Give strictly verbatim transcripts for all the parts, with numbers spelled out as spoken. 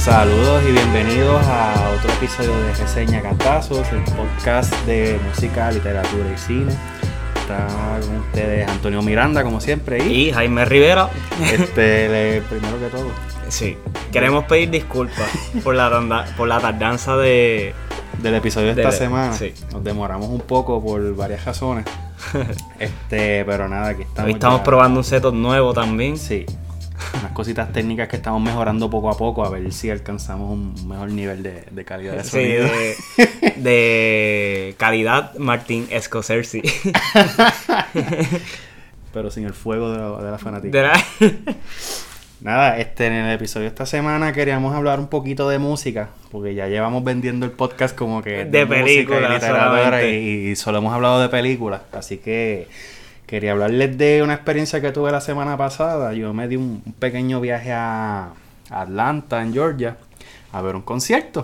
Saludos y bienvenidos a otro episodio de Reseña Cantazos, el podcast de música, literatura y cine. Está con ustedes Antonio Miranda, como siempre, y, y Jaime Rivera. Este, le, primero que todo. Sí, queremos pedir disculpas por la tanda, por la tardanza de del episodio de esta de, semana. Sí. Nos demoramos un poco por varias razones. este, pero nada, aquí estamos. Hoy estamos ya probando un setup nuevo también. Sí. Unas cositas técnicas que estamos mejorando poco a poco, a ver si alcanzamos un mejor nivel de, de calidad de sonido. Sí, de, de calidad Martin Scorsese. Pero sin el fuego de la, de la fanática. De la... Nada, este, en el episodio de esta semana queríamos hablar un poquito de música, porque ya llevamos vendiendo el podcast como que de, de películas y literatura y, y solo hemos hablado de películas, así que quería hablarles de una experiencia que tuve la semana pasada. Yo me di un, un pequeño viaje a Atlanta, en Georgia, a ver un concierto.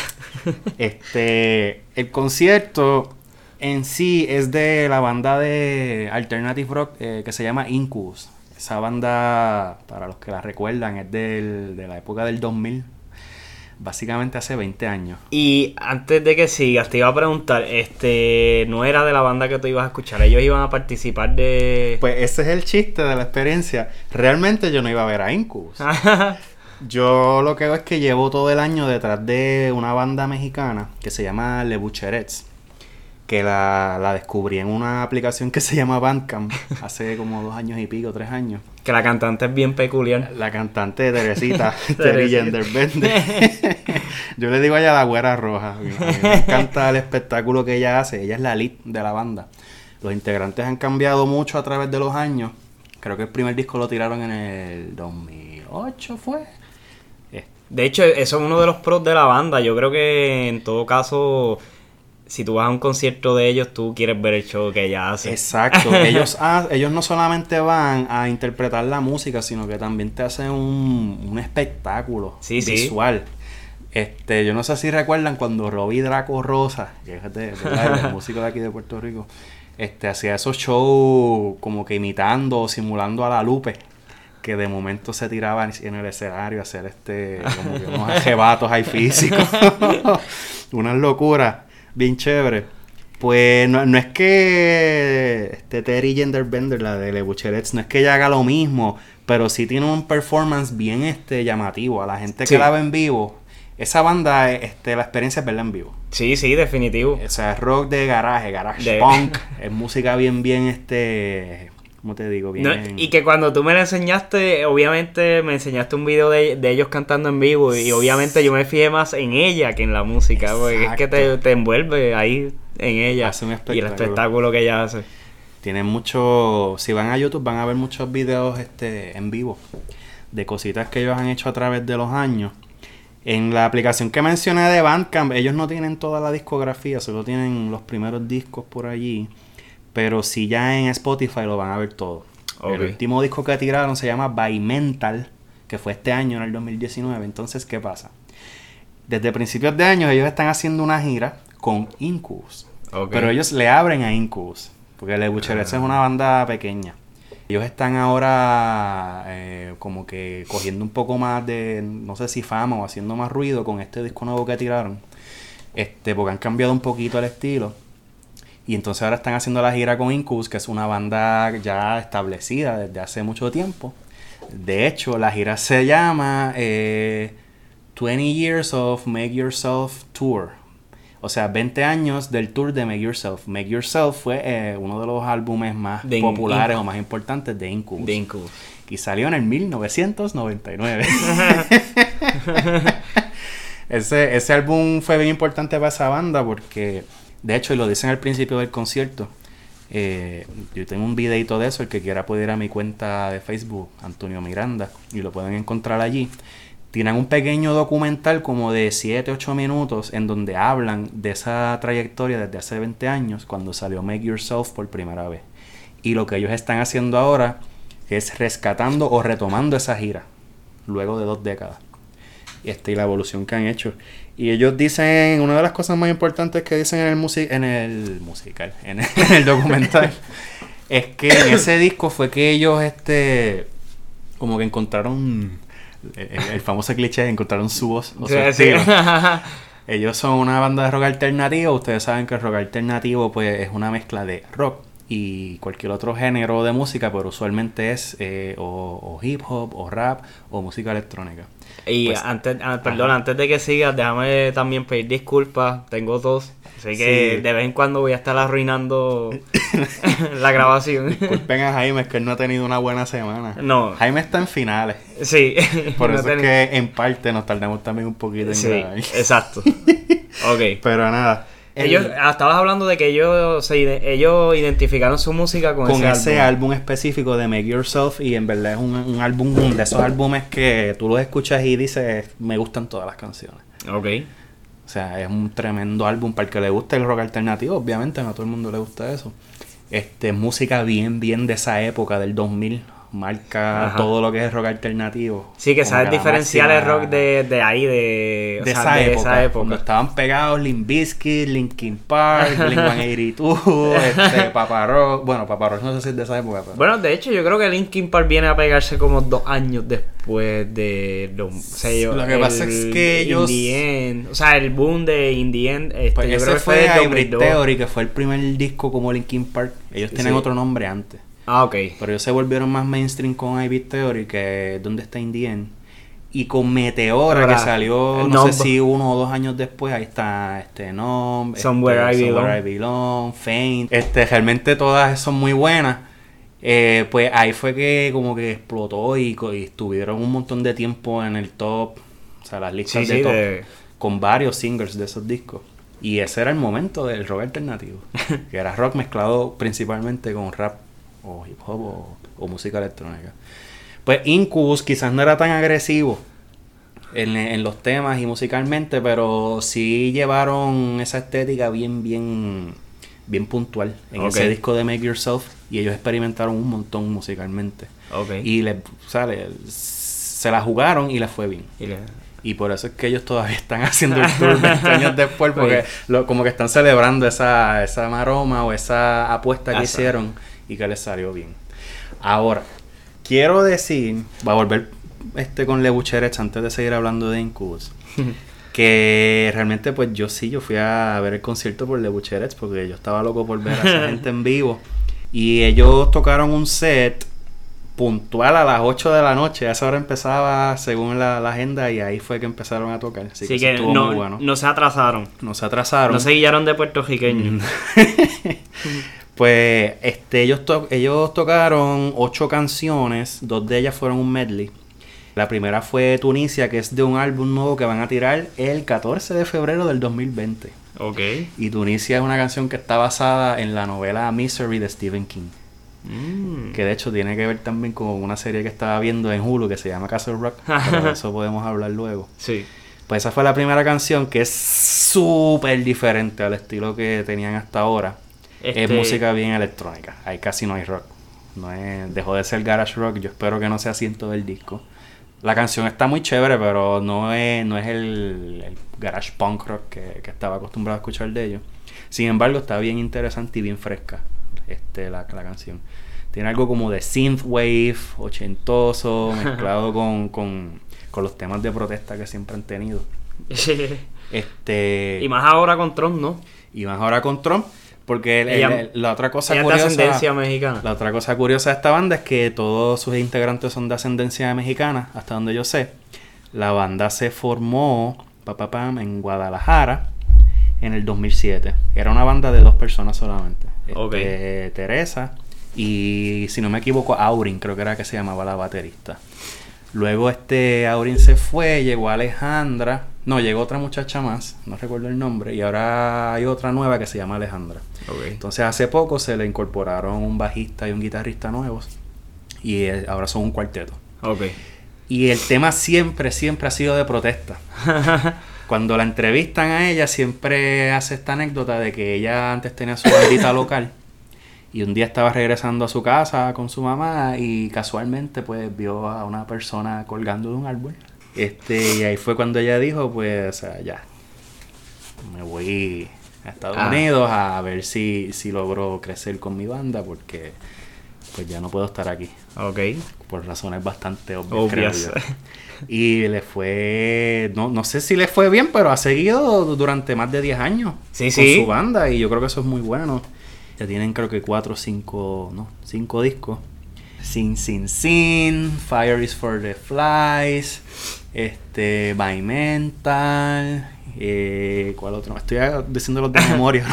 este, el concierto en sí es de la banda de alternative rock eh, que se llama Incubus. Esa banda, para los que la recuerdan, es del, de la época del dos mil. Básicamente hace veinte años. Y antes de que sigas, te iba a preguntar, este, no era de la banda que tú ibas a escuchar, ellos iban a participar de... Pues ese es el chiste de la experiencia. Realmente yo no iba a ver a Incubus. Yo lo que hago es que llevo todo el año detrás de una banda mexicana que se llama Les Butcherettes, que la, la descubrí en una aplicación que se llama Bandcamp hace como dos años y pico, tres años. Que la cantante es bien peculiar. La cantante Teresita, Terry Genderbender. Yo le digo a ella la güera roja. A mí me encanta el espectáculo que ella hace. Ella es la lead de la banda. Los integrantes han cambiado mucho a través de los años. Creo que el primer disco lo tiraron en el dos mil ocho, ¿fue? De hecho, eso es uno de los pros de la banda. Yo creo que en todo caso, si tú vas a un concierto de ellos, tú quieres ver el show que ella hace. Exacto. Ellos, ha, ellos no solamente van a interpretar la música, sino que también te hacen un, un espectáculo sí, visual. Sí. Este, yo no sé si recuerdan cuando Robbie Draco Rosa, que es de, el músico de aquí de Puerto Rico, este, hacía esos shows como que imitando o simulando a la Lupe, que de momento se tiraba en el escenario a hacer este, como que unos arrebatos ahí físicos. Unas locuras bien chévere. Pues no, no es que este Terry Genderbender, la de Les Butcherettes, no es que ella haga lo mismo, pero sí tiene un performance bien este llamativo. A la gente que sí. la ve en vivo, esa banda, este, la experiencia es verla en vivo. Sí, sí, definitivo. O sea, es rock de garaje, garage de... punk, es música bien, bien, este... ¿Cómo te digo? Bien... No, y que cuando tú me la enseñaste, obviamente me enseñaste un video de, de ellos cantando en vivo y obviamente yo me fijé más en ella que en la música. Exacto. Porque es que te, te envuelve ahí en ella y el espectáculo que ella hace. Tienen mucho... Si van a YouTube van a ver muchos videos este en vivo de cositas que ellos han hecho a través de los años. En la aplicación que mencioné de Bandcamp, ellos no tienen toda la discografía, solo tienen los primeros discos por allí. Pero si ya en Spotify lo van a ver todo. Okay. El último disco que tiraron se llama By Mental, que fue este año, en el dos mil diecinueve. Entonces, ¿qué pasa? Desde principios de año ellos están haciendo una gira con Incubus. Okay. Pero ellos le abren a Incubus, porque Les Butcherettes uh-huh. es una banda pequeña. Ellos están ahora eh, como que cogiendo un poco más de, no sé si fama o haciendo más ruido con este disco nuevo que tiraron. Este, porque han cambiado un poquito el estilo. Y entonces ahora están haciendo la gira con Incubus, que es una banda ya establecida desde hace mucho tiempo. De hecho, la gira se llama eh, twenty years of Make Yourself Tour. O sea, veinte años del tour de Make Yourself. Make Yourself fue eh, uno de los álbumes más de populares in- o más importantes de Incubus. De Incubus. Y salió en el mil novecientos noventa y nueve. ese, ese álbum fue bien importante para esa banda porque... De hecho, y lo dicen al principio del concierto, eh, yo tengo un videito de eso, el que quiera puede ir a mi cuenta de Facebook, Antonio Miranda, y lo pueden encontrar allí. Tienen un pequeño documental como de siete, ocho minutos en donde hablan de esa trayectoria desde hace veinte años, cuando salió Make Yourself por primera vez. Y lo que ellos están haciendo ahora es rescatando o retomando esa gira, luego de dos décadas. Este, y la evolución que han hecho. Y ellos dicen, una de las cosas más importantes que dicen en el, music, en el musical, en el, en el documental, es que en ese disco fue que ellos, este, como que encontraron el, el famoso cliché, encontraron su voz o su Sí, estilo. sí. Ellos son una banda de rock alternativo. Ustedes saben que el rock alternativo pues es una mezcla de rock y cualquier otro género de música, pero usualmente es eh, o, o hip hop, o rap, o música electrónica. Y Pues, antes, ah, perdón, ajá. antes de que sigas, déjame también pedir disculpas. Tengo tos. Así que Sí. de vez en cuando voy a estar arruinando la grabación. Disculpen a Jaime, es que él no ha tenido una buena semana. No. Jaime está en finales. Sí. Por No eso ten- es que en parte nos tardamos también un poquito en Sí, grabar. exacto. Ok. Pero nada. el- Ellos, ah, estabas hablando de que ellos se ide- ellos identificaron su música con, con ese, ese álbum. álbum específico de Make Yourself, y en verdad es un, un álbum de esos álbumes que tú los escuchas y dices, me gustan todas las canciones. Ok. O sea, es un tremendo álbum para el que le guste el rock alternativo. Obviamente no a todo el mundo le gusta eso. Este, música bien, bien de esa época, del dos mil. Marca Ajá. todo lo que es rock alternativo. Sí, que Como sabes la diferenciar el máxima- rock de, de ahí, de, o de, sea, esa, de época, esa época. cuando estaban pegados Limp Bizkit, Linkin Park, Blink ciento ochenta y dos, este, Papa Roach. Bueno, Papa Roach no sé si es de esa época, pero... Bueno, de hecho, yo creo que Linkin Park viene a pegarse como dos años después de los... O sea, yo- Lo que pasa es que In ellos- the End, o sea, el boom de In the End, este, Pues yo ese creo que fue fue del Hybrid dos mil dos. Theory, que fue el primer disco como Linkin Park. Ellos tienen Sí. otro nombre antes. Ah, ok. Pero ellos se volvieron más mainstream con Hybrid Theory, que ¿Dónde está In the End? Y con Meteora, Ahora, que salió, el no sé Numb. si uno o dos años después. Ahí está este Numb, Somewhere este, I Belong. Somewhere I Belong, Faint. Este, realmente todas son muy buenas. Eh, pues ahí fue que como que explotó y, co- y estuvieron un montón de tiempo en el top. O sea, las listas Sí, de sí, top. de... Con varios singles de esos discos. Y ese era el momento del rock alternativo. Que era rock mezclado principalmente con rap o hip hop o, o música electrónica. Pues Incubus quizás no era tan agresivo en, en los temas y musicalmente, pero sí llevaron esa estética bien, bien, bien puntual en Ok. ese disco de Make Yourself, y ellos experimentaron un montón musicalmente. Ok. Y le, o sea, le- se la jugaron y les fue bien. Y le- Y por eso es que ellos todavía están haciendo el tour veinte años después, porque Oye. lo, como que están celebrando esa, esa maroma o esa apuesta que Asa. hicieron y que les salió bien. Ahora, quiero decir, va a volver este con Le Boucherettes antes de seguir hablando de Incubus, que realmente pues yo sí, yo fui a ver el concierto por Le Boucherettes porque yo estaba loco por ver a esa gente en vivo, y ellos tocaron un set puntual a las ocho de la noche. A esa hora empezaba según la, la agenda, y ahí fue que empezaron a tocar. Así, Así que, que eso estuvo no, muy bueno. no se atrasaron. No se atrasaron. No se guiaron de puertorriqueños. Pues este, ellos, to- ellos tocaron ocho canciones, dos de ellas fueron un medley. La primera fue Tunisia, que es de un álbum nuevo que van a tirar el catorce de febrero del dos mil veinte. Ok. Y Tunisia es una canción que está basada en la novela Misery de Stephen King. Mm. Que de hecho tiene que ver también con una serie que estaba viendo en Hulu que se llama Castle Rock. Pero de eso podemos hablar luego. Sí. Pues esa fue la primera canción, que es súper diferente al estilo que tenían hasta ahora. Es Este- música bien electrónica. Ahí casi no hay rock. No es, dejó de ser garage rock. Yo espero que no sea así en todo el disco. La canción está muy chévere, pero no es, no es el, el garage punk rock que, que estaba acostumbrado a escuchar de ellos. Sin embargo, está bien interesante y bien fresca este, la, la canción. Tiene algo como de synthwave, ochentoso, mezclado con, con, con los temas de protesta que siempre han tenido. Este, Y más ahora con Trump, ¿no? y más ahora con Trump, porque el- Ella- el- la otra cosa Ella es de curiosa, ascendencia mexicana. la otra cosa curiosa de esta banda es que todos sus integrantes son de ascendencia mexicana, hasta donde yo sé. La banda se formó pa, pa, pam, en Guadalajara en el dos mil siete. Era una banda de dos personas solamente. Este, Ok. Teresa y, si no me equivoco, Aurin, creo que era que se llamaba la baterista. Luego este Aurin se fue, llegó Alejandra. No, llegó otra muchacha más, no recuerdo el nombre. Y ahora hay otra nueva que se llama Alejandra. Ok. Entonces hace poco se le incorporaron un bajista y un guitarrista nuevos. Y eh, ahora son un cuarteto. Ok. Y el tema siempre, siempre ha sido de protesta. Cuando la entrevistan a ella, siempre hace esta anécdota de que ella antes tenía su bandita local. Y un día estaba regresando a su casa con su mamá y casualmente pues vio a una persona colgando de un árbol. Este, y ahí fue cuando ella dijo, pues, o sea, ya, me voy a Estados Ah. Unidos a ver si, si logro crecer con mi banda, porque pues ya no puedo estar aquí. Ok. Por razones bastante obvias, creo Obvias. yo. Y le fue, no, no sé si le fue bien, pero ha seguido durante más de diez años Sí, con sí. su banda y yo creo que eso es muy bueno. Ya tienen creo que cuatro o cinco, no, cinco discos. Sin Sin Sin, Fire is for the Flies, este, By Mental, eh, ¿cuál otro? Estoy diciendo los de memoria.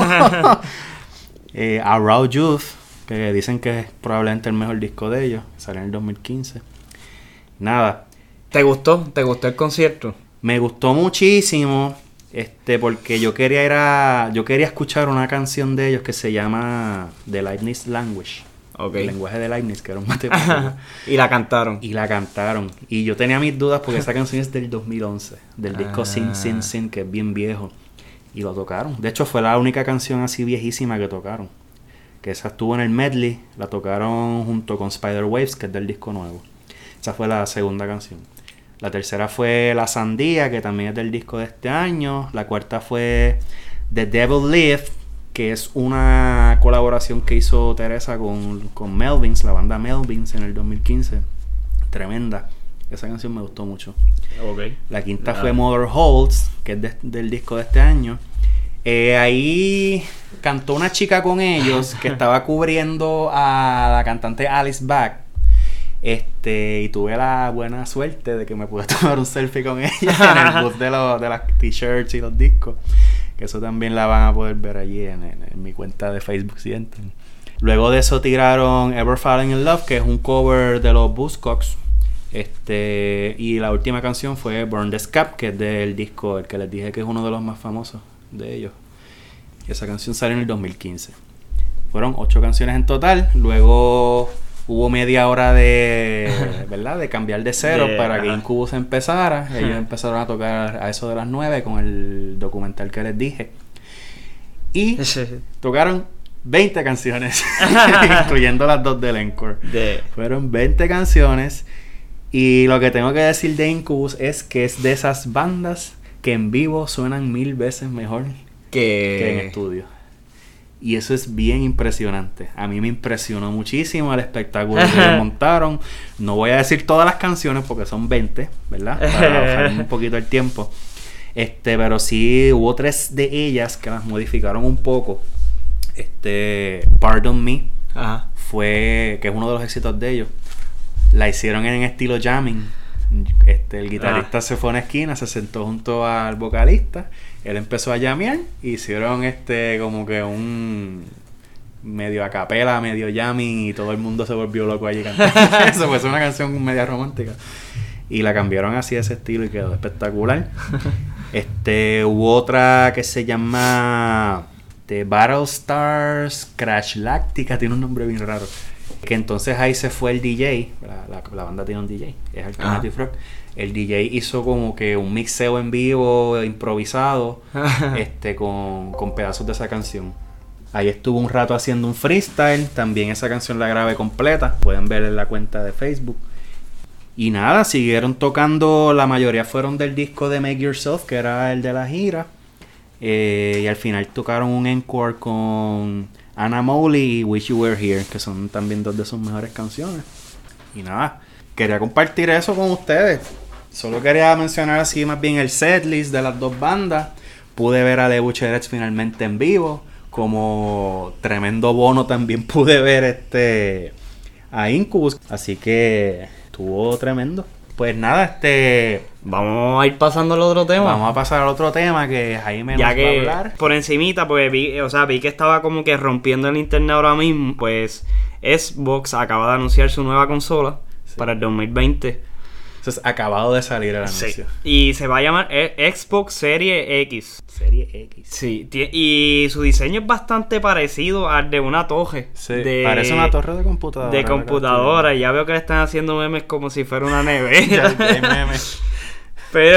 eh, Around Youth, que dicen que es probablemente el mejor disco de ellos, salió en el dos mil quince. Nada. ¿Te gustó? ¿Te gustó el concierto? Me gustó muchísimo, este, porque yo quería ir a, yo quería escuchar una canción de ellos que se llama The Leibniz Language. Okay. El lenguaje de Leibniz, que era un matemático. Y la cantaron. Y la cantaron. Y yo tenía mis dudas porque esa canción es del dos mil once, del disco Ah. Sin Sin Sin, que es bien viejo. Y lo tocaron. De hecho, fue la única canción así viejísima que tocaron. Que esa estuvo en el medley, la tocaron junto con Spider Waves, que es del disco nuevo. Esa fue la segunda canción. La tercera fue La Sandía, que también es del disco de este año. La cuarta fue The Devil Lived, que es una colaboración que hizo Teresa con, con Melvins, la banda Melvins, en el dos mil quince. Tremenda. Esa canción me gustó mucho. Okay. La quinta Ah. fue Mother Holds, que es de- del disco de este año. Eh, ahí cantó una chica con ellos que estaba cubriendo a la cantante Alice Back. Este, y tuve la buena suerte de que me pude tomar un selfie con ella en el booth de, los, de las t-shirts y los discos. Que eso también la van a poder ver allí en, en, en mi cuenta de Facebook si entran. Luego de eso tiraron Ever Falling in Love, que es un cover de los Buzzcocks. Este, y la última canción fue Burn the Scap, que es del disco, el que les dije que es uno de los más famosos de ellos. Y esa canción salió en el dos mil quince. Fueron ocho canciones en total. Luego hubo media hora de, ¿verdad? De cambiar de cero De- para que ajá. Incubus empezara. Ellos empezaron a tocar a eso de las nueve con el documental que les dije. Y tocaron veinte canciones, incluyendo las dos del Encore. De... Fueron veinte canciones. Y lo que tengo que decir de Incubus es que es de esas bandas que en vivo suenan mil veces mejor Que... que en estudio. Y eso es bien impresionante. A mí me impresionó muchísimo el espectáculo que ellos montaron. No voy a decir todas las canciones porque son veinte, ¿verdad? Para bajar un poquito el tiempo. Este, pero sí hubo tres de ellas que las modificaron un poco. Este, Pardon Me, Ajá. fue, que es uno de los éxitos de ellos. La hicieron en estilo jamming. Este, el guitarrista Ah. se fue a una esquina, se sentó junto al vocalista, él empezó a llamear, hicieron este como que un medio a capela, medio jamming, y todo el mundo se volvió loco allí cantando. Eso fue una canción media romántica. Y la cambiaron así de ese estilo y quedó espectacular. Este, hubo otra que se llama The Battle Stars Crash Lactica, tiene un nombre bien raro. Que entonces ahí se fue el D J, la, la, la banda tiene un D J, es Alternative Rock. El D J hizo como que un mixeo en vivo, improvisado, este con, con pedazos de esa canción. Ahí estuvo un rato haciendo un freestyle, también esa canción la grabé completa, pueden ver en la cuenta de Facebook. Y nada, siguieron tocando, la mayoría fueron del disco de Make Yourself, que era el de la gira. Eh, y al final tocaron un encore con Anna Mowley y Wish You Were Here, que son también dos de sus mejores canciones. Y nada, quería compartir eso con ustedes. Solo quería mencionar así más bien el setlist de las dos bandas. Pude ver a The Butcherettes finalmente en vivo. Como tremendo bono también pude ver este a Incubus. Así que estuvo tremendo. Pues nada, este... Vamos a ir pasando al otro tema. Vamos a pasar al otro tema que Jaime ya nos que va a hablar. por encimita, pues vi, o sea, vi que estaba como que rompiendo el internet ahora mismo. Pues Xbox acaba de anunciar su nueva consola Sí. para el dos mil veinte. Entonces, acabado de salir el anuncio. Sí. Y se va a llamar eh, Xbox Series X. Serie X. Sí, tie- y su diseño es bastante parecido al de una torre. Sí, de, parece una torre de computadora. De computadora. Y ya veo que le están haciendo memes como si fuera una nevera. Ya, ya hay memes. Pero...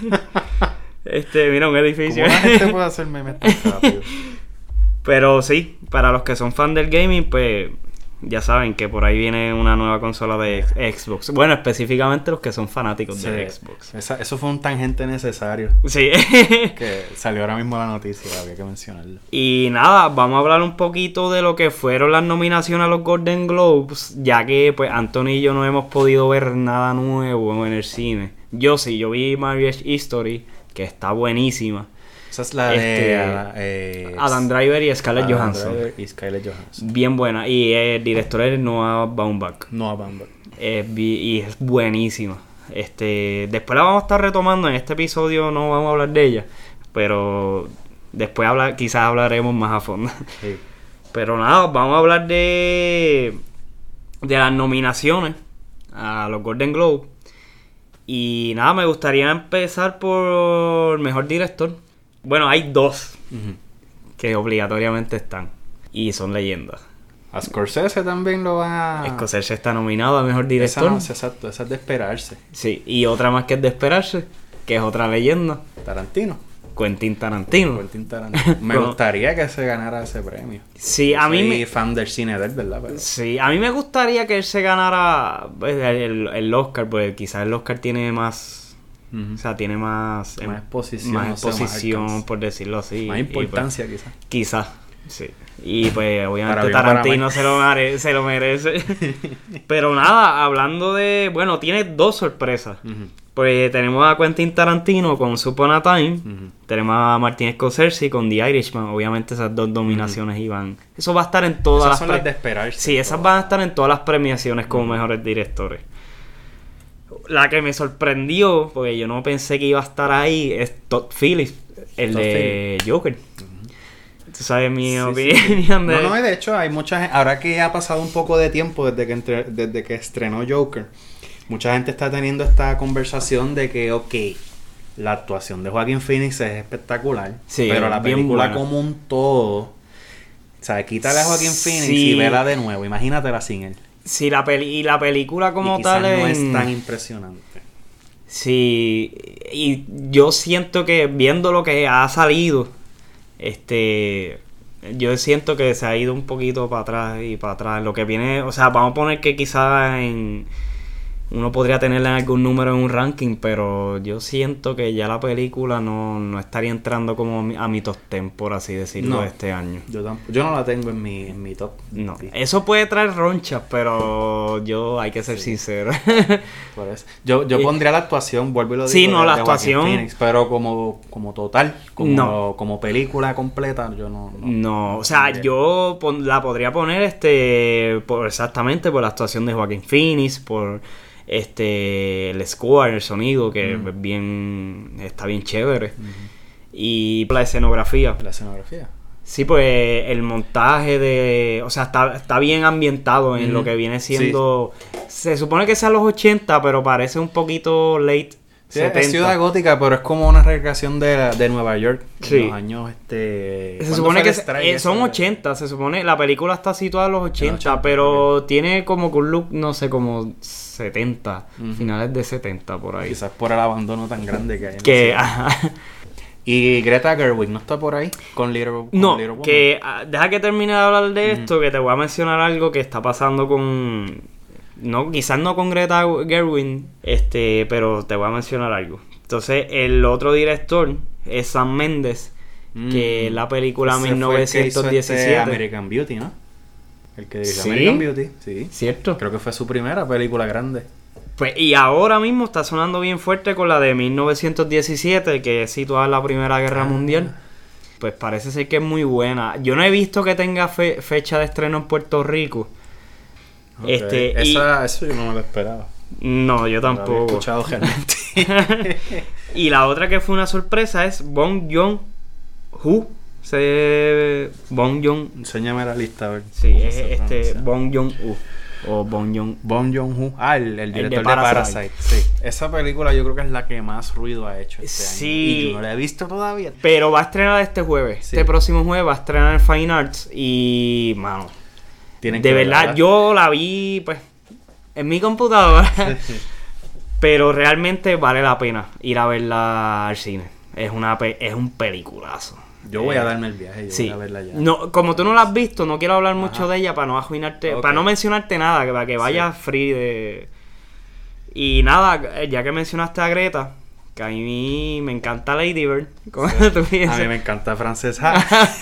este, mira, un edificio. ¿Cómo la gente puede hacer memes tan rápido? Pero sí, para los que son fan del gaming, pues ya saben que por ahí viene una nueva consola de Xbox. Bueno, específicamente los que son fanáticos sí, de Xbox. Esa, eso fue un tangente necesario. Sí. Que salió ahora mismo la noticia, había que mencionarlo. Y nada, vamos a hablar un poquito de lo que fueron las nominaciones a los Golden Globes, ya que pues Anthony y yo no hemos podido ver nada nuevo en el cine. Yo sí, yo vi Marriage History, que está buenísima. Esa es la este, de eh, Adam Driver y Scarlett Adam Johansson. Driver y Scarlett Johansson. Bien buena. Y el director es Noah Baumbach. Noah Baumbach. Eh, y es buenísima. Este, después la vamos a estar retomando. En este episodio no vamos a hablar de ella. Pero después habla, quizás hablaremos más a fondo. Sí. Pero nada, vamos a hablar de, de las nominaciones a los Golden Globe. Y nada, me gustaría empezar por Mejor Director. Bueno, hay dos uh-huh. que obligatoriamente están. Y son leyendas. A Scorsese también lo va a... Scorsese está nominado a Mejor Director. Esa no, exacto, esa es de esperarse. Sí, y otra más que es de esperarse, que es otra leyenda. Tarantino. Quentin Tarantino. Quentin Tarantino. Me gustaría que se ganara ese premio. Sí, Yo a mí me... soy fan del cine de él, ¿verdad? Pero... Sí, a mí me gustaría que él se ganara el, el, el Oscar, porque quizás el Oscar tiene más... Uh-huh. O sea, tiene más... Más exposición. Más no exposición, sé, más por decirlo así. Más importancia, pues, quizás. Quizás, sí. Y pues, obviamente, Tarantino se lo, mere- se lo merece. Pero nada, hablando de... Bueno, tiene dos sorpresas. Uh-huh. Pues tenemos a Quentin Tarantino con Once Upon a Time. Uh-huh. Tenemos a Martin Scorsese con The Irishman. Obviamente esas dos nominaciones uh-huh. iban... Eso va a estar en todas esas las... son pre- las de esperarse. Sí, esas van a estar en todas las premiaciones como uh-huh. mejores directores. La que me sorprendió, porque yo no pensé que iba a estar ahí, es Todd Phillips, el Todd de Phillips. Joker. Uh-huh. Tú sabes mi sí, opinión sí, sí. de... No, no, de hecho hay mucha gente... Ahora que ha pasado un poco de tiempo desde que, entre, desde que estrenó Joker, mucha gente está teniendo esta conversación de que, ok, la actuación de Joaquin Phoenix es espectacular, sí, pero la película buena. Como un todo... O sea, quítale a Joaquin Phoenix sí. y vela de nuevo, imagínatela sin él. Sí, la peli y la película como y tal no en... es tan impresionante. Sí, y yo siento que viendo lo que ha salido, este, yo siento que se ha ido un poquito para atrás y para atrás. Lo que viene, o sea, vamos a poner que quizás en uno podría tenerla en algún número en un ranking, pero yo siento que ya la película no, no estaría entrando como a mi top ten, por así decirlo, no, de este año. Yo tampoco, yo no la tengo en mi, en mi top. No, sí. Eso puede traer ronchas, pero yo hay que ser sí. sincero. Por eso. Yo, yo pondría la actuación, vuelvo y lo digo. Sí, no, de, la de actuación. Phoenix, pero como, como total, como, no. como película completa, yo no. No, no o sea, no yo pon, la podría poner este por exactamente por la actuación de Joaquin Phoenix, por este el score, el sonido que mm. es bien está bien chévere mm-hmm. y la escenografía la escenografía sí, pues el montaje de o sea está, está bien ambientado en mm-hmm. lo que viene siendo sí. Se supone que sea los ochenta, pero parece un poquito late sí, setenta. Es ciudad gótica, pero es como una recreación de, de Nueva York sí. en los años este se supone que eh, son ochenta, se supone la película está situada en los ochenta, ochenta pero okay. tiene como un look no sé como setenta, uh-huh. finales de setenta por ahí. Quizás por el abandono tan grande que hay. Que, y Greta Gerwig no está por ahí con Little, con no, Little Woman. Que uh, deja que termine de hablar de uh-huh. esto, que te voy a mencionar algo que está pasando con no, quizás no con Greta Gerwig, este, pero te voy a mencionar algo. Entonces, el otro director es Sam Mendes, mm. que es la película Ese mil novecientos diecisiete. Fue el que hizo este American Beauty, ¿no? El que dirigió ¿Sí? American Beauty, sí. ¿Cierto? Creo que fue su primera película grande. Pues, y ahora mismo está sonando bien fuerte con la de mil novecientos diecisiete, que es situada en la Primera Guerra ah. Mundial. Pues parece ser que es muy buena. Yo no he visto que tenga fe- fecha de estreno en Puerto Rico. Okay. Este, Esa, y... Eso yo no me lo esperaba. No, yo tampoco. Lo había escuchado gente. Y la otra que fue una sorpresa es Bong Joon-ho. Se... Bong Joon... Enséñame la lista, a ver. Sí, es este Bong Joon-ho. O Bong Joon... Bong Joon-ho. Ah, el, el director el de Parasite. de Parasite. Sí. Esa película yo creo que es la que más ruido ha hecho este sí. año. Y yo no la he visto todavía. Pero va a estrenar este jueves. Sí. Este próximo jueves va a estrenar en Fine Arts. Y, mano... Tienen de verdad, verla. Yo la vi, pues, en mi computadora. Pero realmente vale la pena ir a verla al cine. Es una pe- es un peliculazo. Yo voy eh, a darme el viaje, yo sí. voy a verla ya. No, como tú no la has visto, no quiero hablar Ajá. mucho de ella para no arruinarte, okay. para no mencionarte nada, para que vayas sí. free de... Y nada, ya que mencionaste a Greta, que a mí me encanta Lady Bird. ¿Cómo sí. tú piensas? A mí me encanta Frances Ha.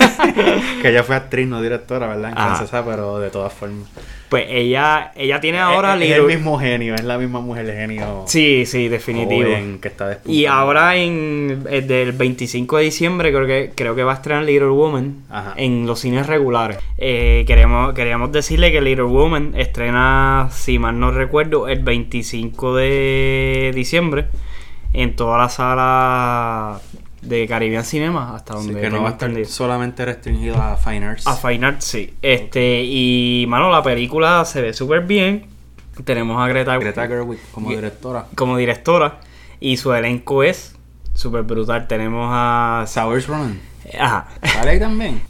Que ella fue actriz, no directora, ¿verdad? En Ajá. Frances Ha, pero de todas formas. Pues ella ella tiene ahora... Es, es el mismo genio, es la misma mujer de genio. Sí, sí, definitivo. Que está y ahora en del veinticinco de diciembre creo que creo que va a estrenar Little Woman Ajá. en los cines regulares. Eh, queremos, queríamos decirle que Little Woman estrena, si mal no recuerdo, el veinticinco de diciembre en toda la sala de Caribbean Cinema, hasta donde sí, que no va a estar entendido. Solamente restringido a Fine Arts. A Fine Arts, sí. Este, y mano, la película se ve súper bien. Tenemos a Greta Greta Gerwig como directora. Como directora. Y su elenco es súper brutal. Tenemos a Saoirse Ronan. Ajá. ¿Sale ahí también?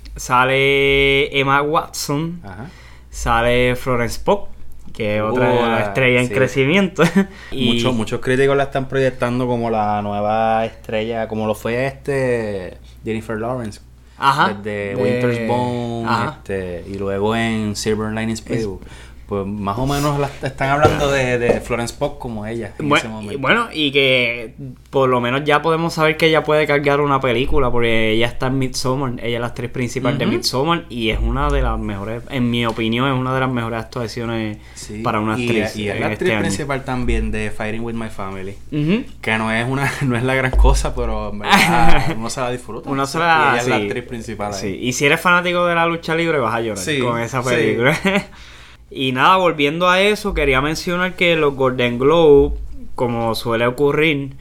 Sale Emma Watson. Ajá. Sale Florence Pugh, que es otra uh, estrella en sí. crecimiento. y muchos muchos críticos la están proyectando como la nueva estrella, como lo fue este Jennifer Lawrence. Ajá. Desde de... Winter's Bone, Ajá. este, y luego en Silver Linings Playbook. Pues más o menos la, están hablando de, de Florence Pugh como ella en bueno, ese momento. Bueno, y que por lo menos ya podemos saber que ella puede cargar una película, porque ella está en Midsommar, ella es la actriz principal uh-huh. de Midsommar, y es una de las mejores, en mi opinión, es una de las mejores actuaciones sí, para una actriz. Y, y es la actriz este principal año. También de Fighting With My Family, uh-huh. que no es una no es la gran cosa, pero en verdad uno se la disfruta. Uno se la, y ella sí, es la actriz principal sí. ahí. Y si eres fanático de la lucha libre, vas a llorar sí, con esa película. Sí. Y nada, volviendo a eso, quería mencionar que los Golden Globe, como suele ocurrir,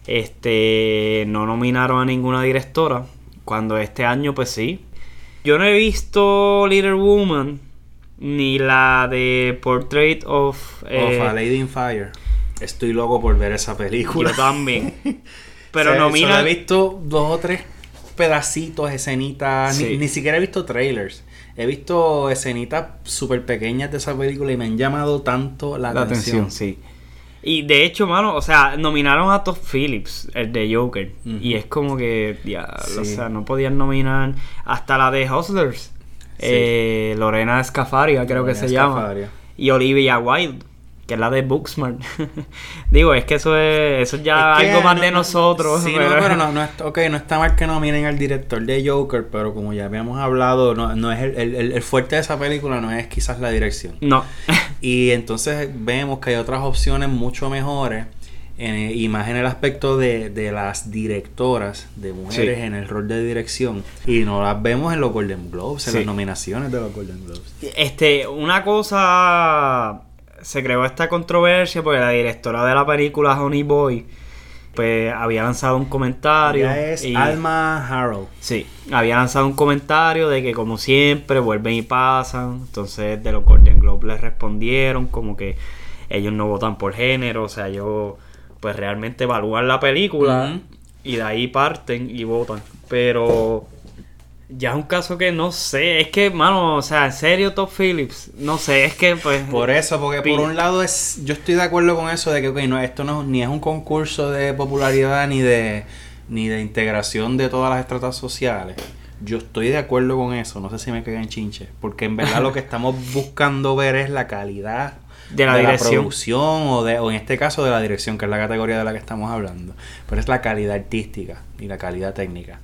este no nominaron a ninguna directora, cuando este año pues sí. Yo no he visto Little Woman, ni la de Portrait of... Eh, of a Lady in Fire. Estoy loco por ver esa película. Yo también. Pero sí, nominan... Solo he visto dos o tres pedacitos, escenitas, sí. ni, ni siquiera he visto trailers. He visto escenitas súper pequeñas de esa película y me han llamado tanto la, la atención. atención. Sí. Y de hecho, mano, o sea, nominaron a Todd Phillips, el de Joker. Uh-huh. Y es como que, ya, sí. o sea, no podían nominar hasta la de Hustlers. Sí. Eh, Lorena Scafaria, creo Lorena que se Scafaria. llama. Y Olivia Wilde, que es la de Booksmart. Digo, es que eso es eso es ya es algo más no, de nosotros. Sí, pero, no, pero no, no, es, okay, no está mal que nominen al director de Joker, pero como ya habíamos hablado, no, no es el, el, el fuerte de esa película no es quizás la dirección. No. Y entonces vemos que hay otras opciones mucho mejores, eh, y más en el aspecto de, de las directoras, de mujeres sí. en el rol de dirección, y no las vemos en los Golden Globes, en sí. las nominaciones de los Golden Globes. Este, una cosa... Se creó esta controversia porque la directora de la película Honey Boy pues había lanzado un comentario. Ella es y, Alma Harrow. Sí, había lanzado un comentario de que como siempre vuelven y pasan. Entonces de los Golden Globes les respondieron como que ellos no votan por género, o sea, ellos pues realmente evalúan la película uh-huh. y de ahí parten y votan. Pero ya es un caso que no sé, es que, mano, o sea, en serio, Todd Phillips, no sé, es que pues... Por eso, porque pi- por un lado es, yo estoy de acuerdo con eso de que, ok, no, esto no ni es un concurso de popularidad ni de ni de integración de todas las estratas sociales. Yo estoy de acuerdo con eso, no sé si me cagan chinche, porque en verdad lo que estamos buscando ver es la calidad de la de dirección, la producción o de o en este caso de la dirección, que es la categoría de la que estamos hablando, pero es la calidad artística y la calidad técnica.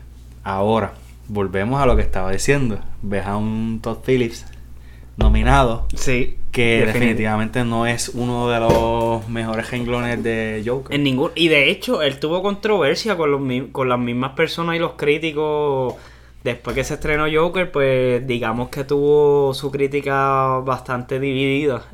Ahora volvemos a lo que estaba diciendo. Ves a un Todd Phillips nominado. Sí. Que definitivamente no es uno de los mejores renglones de Joker. En ningún... Y de hecho, él tuvo controversia con, los, con las mismas personas y los críticos. Después que se estrenó Joker, pues digamos que tuvo su crítica bastante dividida.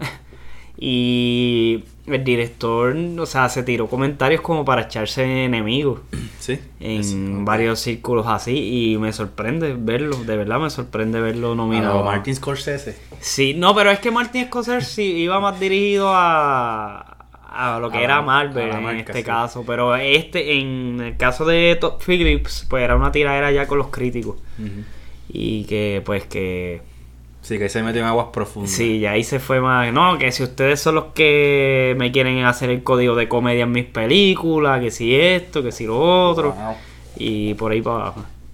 Y el director, o sea, se tiró comentarios como para echarse enemigos. Sí. En es, okay. varios círculos así. Y me sorprende verlo, de verdad me sorprende verlo nominado. A Martin Scorsese. Sí, no, pero es que Martin Scorsese iba más dirigido a, a lo que a era la, Marvel en marca, este sí. caso. Pero este, en el caso de Todd Phillips, pues era una tiradera ya con los críticos. Uh-huh. Y que, pues que... Sí, que se metió en aguas profundas. Sí, y ahí se fue más... No, que si ustedes son los que me quieren hacer el código de comedia en mis películas, que si esto, que si lo otro. Wow. Y por ahí para abajo.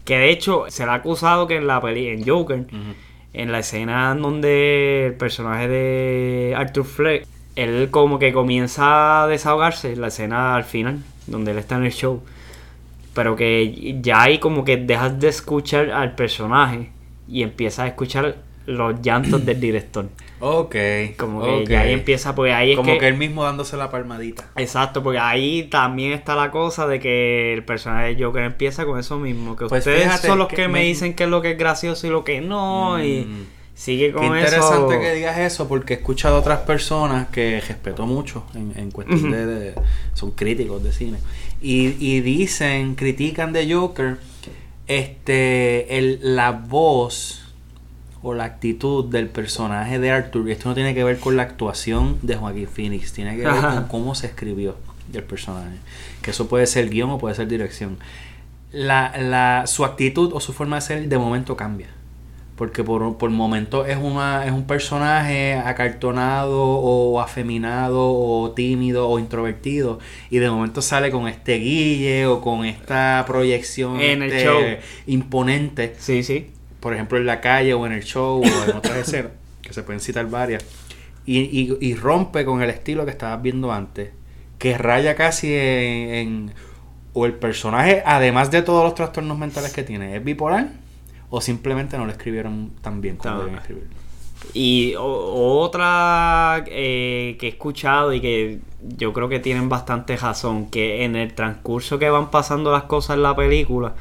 Que de hecho se le ha acusado que en la peli, en Joker, uh-huh. en la escena donde el personaje de Arthur Fleck, él como que comienza a desahogarse, la escena al final, donde él está en el show. Pero que ya ahí como que dejas de escuchar al personaje y empiezas a escuchar los llantos del director. Ok. Como que okay. ya ahí empieza, pues ahí es como que... que él mismo dándose la palmadita. Exacto, porque ahí también está la cosa de que el personaje de Joker empieza con eso mismo. Que pues ustedes son los que, que me... me dicen que es lo que es gracioso y lo que no, mm. y sigue con eso. Qué interesante eso. Que digas eso, porque he escuchado a otras personas que respeto mucho en, en cuestión uh-huh. de, de... son críticos de cine. Y, y dicen, critican de Joker, este, el, la voz... o la actitud del personaje de Arthur. Y esto no tiene que ver con la actuación de Joaquin Phoenix, tiene que ver Ajá. con cómo se escribió el personaje, que eso puede ser guión o puede ser dirección. La, la, su actitud o su forma de ser de momento cambia, porque por, por momento es una es un personaje acartonado o afeminado o tímido o introvertido, y de momento sale con este guille o con esta proyección en este, el show imponente. Sí, sí. Por ejemplo, en la calle o en el show o en otras escenas, que se pueden citar varias, y, y, y rompe con el estilo que estabas viendo antes, que raya casi en, en... o el personaje, además de todos los trastornos mentales que tiene, es bipolar, o simplemente no lo escribieron tan bien como deben escribirlo. Y o, otra eh, que he escuchado y que yo creo que tienen bastante razón, que en el transcurso que van pasando las cosas en la película,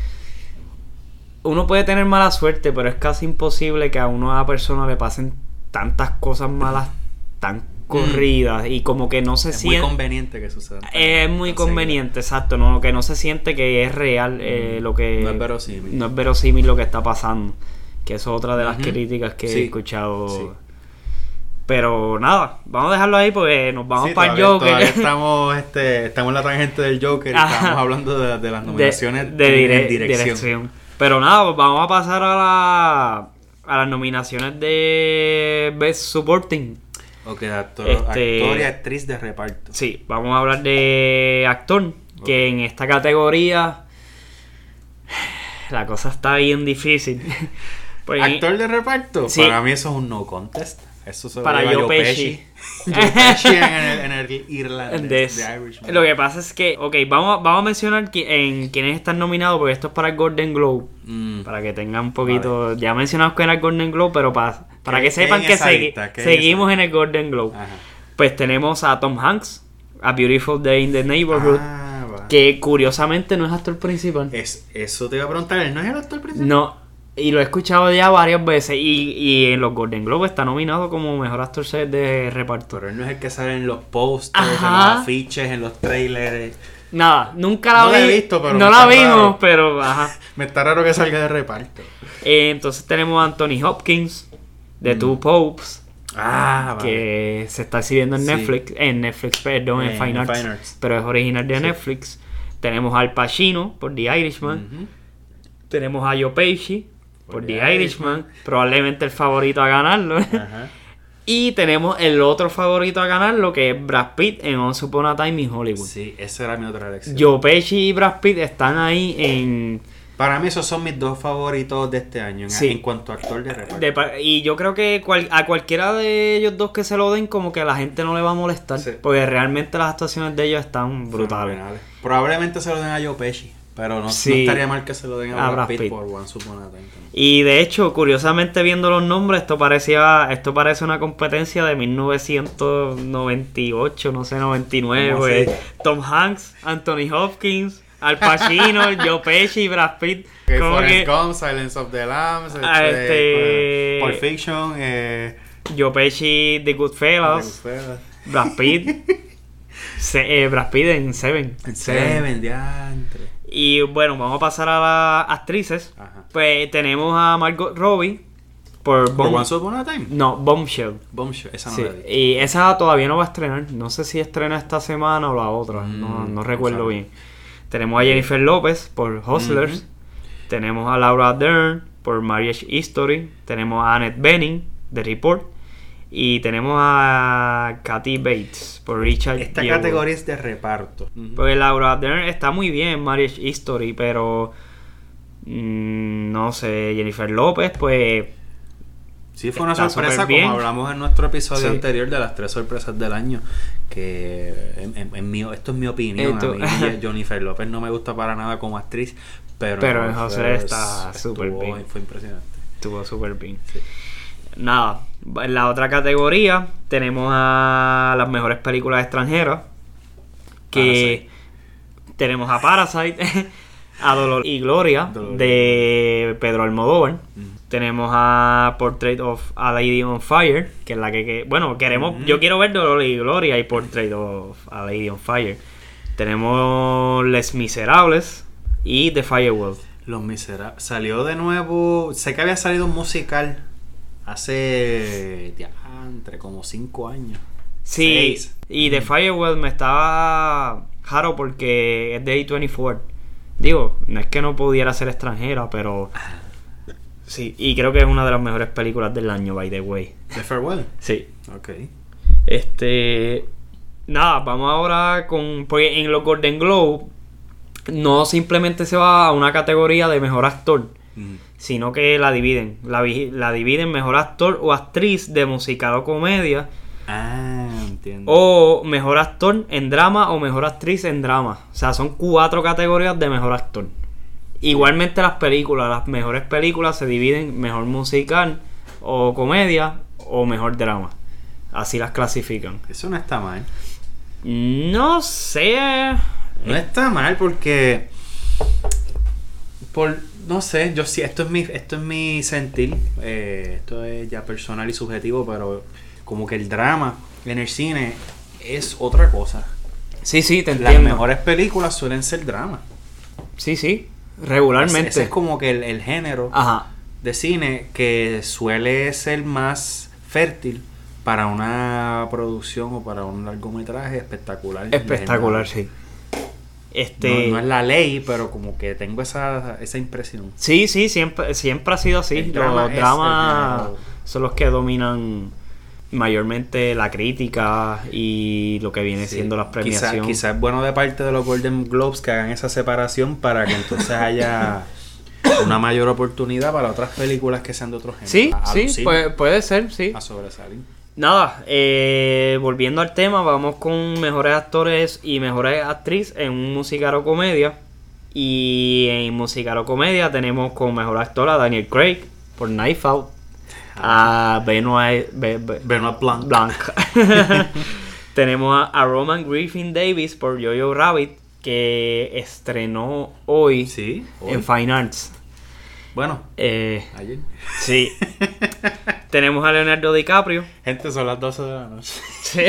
uno puede tener mala suerte, pero es casi imposible que a una persona le pasen tantas cosas malas tan corridas y como que no se siente... Es muy conveniente que suceda. Es muy conveniente, exacto, no, que no se siente que es real eh, lo que... No es verosímil. No es verosímil lo que está pasando, que eso es otra de las uh-huh. críticas que sí. he escuchado. Sí. Pero nada, vamos a dejarlo ahí porque nos vamos sí, para el Joker. Todavía estamos, este, estamos en la tangente del Joker y estamos hablando de, de las nominaciones de, de, dire- en dirección. dirección. Pero nada, pues vamos a pasar a la a las nominaciones de Best Supporting. Ok, actor, este, actor y actriz de reparto. Sí, vamos a hablar de actor, okay. que en esta categoría la cosa está bien difícil. Pues, ¿actor de reparto? Sí. Para mí eso es un no contest. Eso se para Joe Pesci. Joe Pesci en el, en el irlandés de Irishman. Lo que pasa es que, ok, vamos, vamos a mencionar qui- en quiénes están nominados, porque esto es para el Golden Globe. Mm. Para que tengan un poquito... Vale. Ya mencionamos que era el Golden Globe, pero para, para que sepan que segui- seguimos en el Golden Globe. Ajá. Pues tenemos a Tom Hanks, A Beautiful Day in the Neighborhood. Ah, vale. Que curiosamente no es actor principal. Es, eso te iba a preguntar, ¿él no es el actor principal? No. Y lo he escuchado ya varias veces. Y, y en los Golden Globes está nominado como mejor actor de reparto. Pero él no es el que sale en los posters, en los afiches, en los trailers. Nada, nunca la no vi. No la he visto, pero. No la vimos, raro. pero. Ajá. Me está raro que salga de reparto. Eh, entonces tenemos a Anthony Hopkins, de mm. Two Popes. Ah, vale. Que se está exhibiendo en sí. Netflix. En Netflix, perdón, en, en Fine, Arts, Fine Arts. Pero es original de sí. Netflix. Tenemos a Al Pacino por The Irishman. Uh-huh. Tenemos a Joe Pesci por The Irishman, Irishman, probablemente el favorito a ganarlo. Ajá. Y tenemos el otro favorito a ganarlo, que es Brad Pitt en Once Upon a Time in Hollywood. Sí, esa era mi otra elección. Joe Pesci y Brad Pitt están ahí en... Para mí esos son mis dos favoritos de este año en, sí. en cuanto a actor de reparto. De, y yo creo que cual, a cualquiera de ellos dos que se lo den, como que a la gente no le va a molestar. Sí. Porque realmente las actuaciones de ellos están brutales. Probablemente se lo den a Joe Pesci. Pero no, sí, no estaría mal que se lo den a, a Brad Pitt, Pitt por Once Upon a Time. Y de hecho, curiosamente viendo los nombres, esto parecía esto parece una competencia de mil novecientos noventa y ocho, no sé, noventa y nueve. Pues, Tom Hanks, Anthony Hopkins, Al Pacino, Joe Pesci y Brad Pitt. Okay, como que Gump, Silence of the Lambs, este, este, Pulp Fiction, eh, Joe Pesci, The Goodfellas, The Goodfellas. Brad Pitt, se, eh, Brad Pitt en Seven. En Seven, diantre. Y bueno, vamos a pasar a las actrices. Ajá. Pues tenemos a Margot Robbie por, ¿Por Once Upon a Time? No, Bombshell. Bombshell, esa no sí. la vi. Y esa todavía no va a estrenar. No sé si estrena esta semana o la otra. Mm, no, no recuerdo no bien. Tenemos a Jennifer López por Hustlers. Mm-hmm. Tenemos a Laura Dern por Marriage History. Tenemos a Annette Bening de Report. Y tenemos a Kathy Bates por Richard Esta Yeoman. Categoría es de reparto. Porque Laura Dern está muy bien en Marriage History, pero Mm, no sé, Jennifer López, pues... Sí, fue una sorpresa, como hablamos en nuestro episodio sí. anterior de las tres sorpresas del año. Que en, en, en mi, esto es mi opinión. A mí Jennifer López no me gusta para nada como actriz, pero, pero José está súper bien. Fue impresionante. Estuvo súper bien. Sí. Nada, en la otra categoría tenemos a las mejores películas extranjeras. Que Parasite. Tenemos a Parasite, a Dolor y Gloria, Dolor de Pedro Almodóvar. Mm. Tenemos a Portrait of a Lady on Fire, que es la que, que bueno, queremos, mm. yo quiero ver Dolor y Gloria y Portrait of a Lady on Fire. Tenemos Les Miserables y The Firewall. Los Miserables. Salió de nuevo, sé que había salido un musical hace ya, entre como cinco años. Sí, seis. Y The Firewall me estaba raro porque es de A veinticuatro. Digo, no es que no pudiera ser extranjera, pero... Sí, y creo que es una de las mejores películas del año, by the way. ¿The Farewell? Sí. Ok. Este... Nada, vamos ahora con... Porque en los Golden Globe no simplemente se va a una categoría de mejor actor, mm. sino que la dividen. La, la dividen mejor actor o actriz de musical o comedia. Ah, entiendo. O mejor actor en drama o mejor actriz en drama. O sea, son cuatro categorías de mejor actor. Igualmente las películas, las mejores películas se dividen mejor musical o comedia o mejor drama. Así las clasifican. Eso no está mal. No sé. No está mal porque por no sé, yo sí, esto es mi esto es mi sentir, eh, esto es ya personal y subjetivo, pero como que el drama en el cine es otra cosa. Sí, sí, te entiendo. Las mejores películas suelen ser drama. Sí, sí. Regularmente. Ese es como que el, el género Ajá. de cine que suele ser más fértil para una producción o para un largometraje espectacular. Espectacular, sí. Este... No, no es la ley, pero como que tengo esa, esa impresión. Sí, sí, siempre, siempre ha sido así. Los dramas son los que dominan mayormente la crítica y lo que viene sí. siendo las premiaciones. Quizás quizá es bueno de parte de los Golden Globes que hagan esa separación para que entonces haya una mayor oportunidad para otras películas que sean de otro género. Sí, a, a sí, puede, puede ser, sí. A sobresalir. Nada, eh, volviendo al tema, vamos con mejores actores y mejores actrices en un musical o comedia. Y en musical o comedia tenemos como mejor actor a Daniel Craig por Knives Out, a Benoit, Be, Be, Benoit Blanc, Blanc. Tenemos a, a Roman Griffin Davis por Jojo Rabbit, que estrenó hoy, ¿sí? ¿Hoy? En Fine Arts. Bueno, eh, ayer. Sí. Tenemos a Leonardo DiCaprio. Gente, son las doce de la noche. Sí.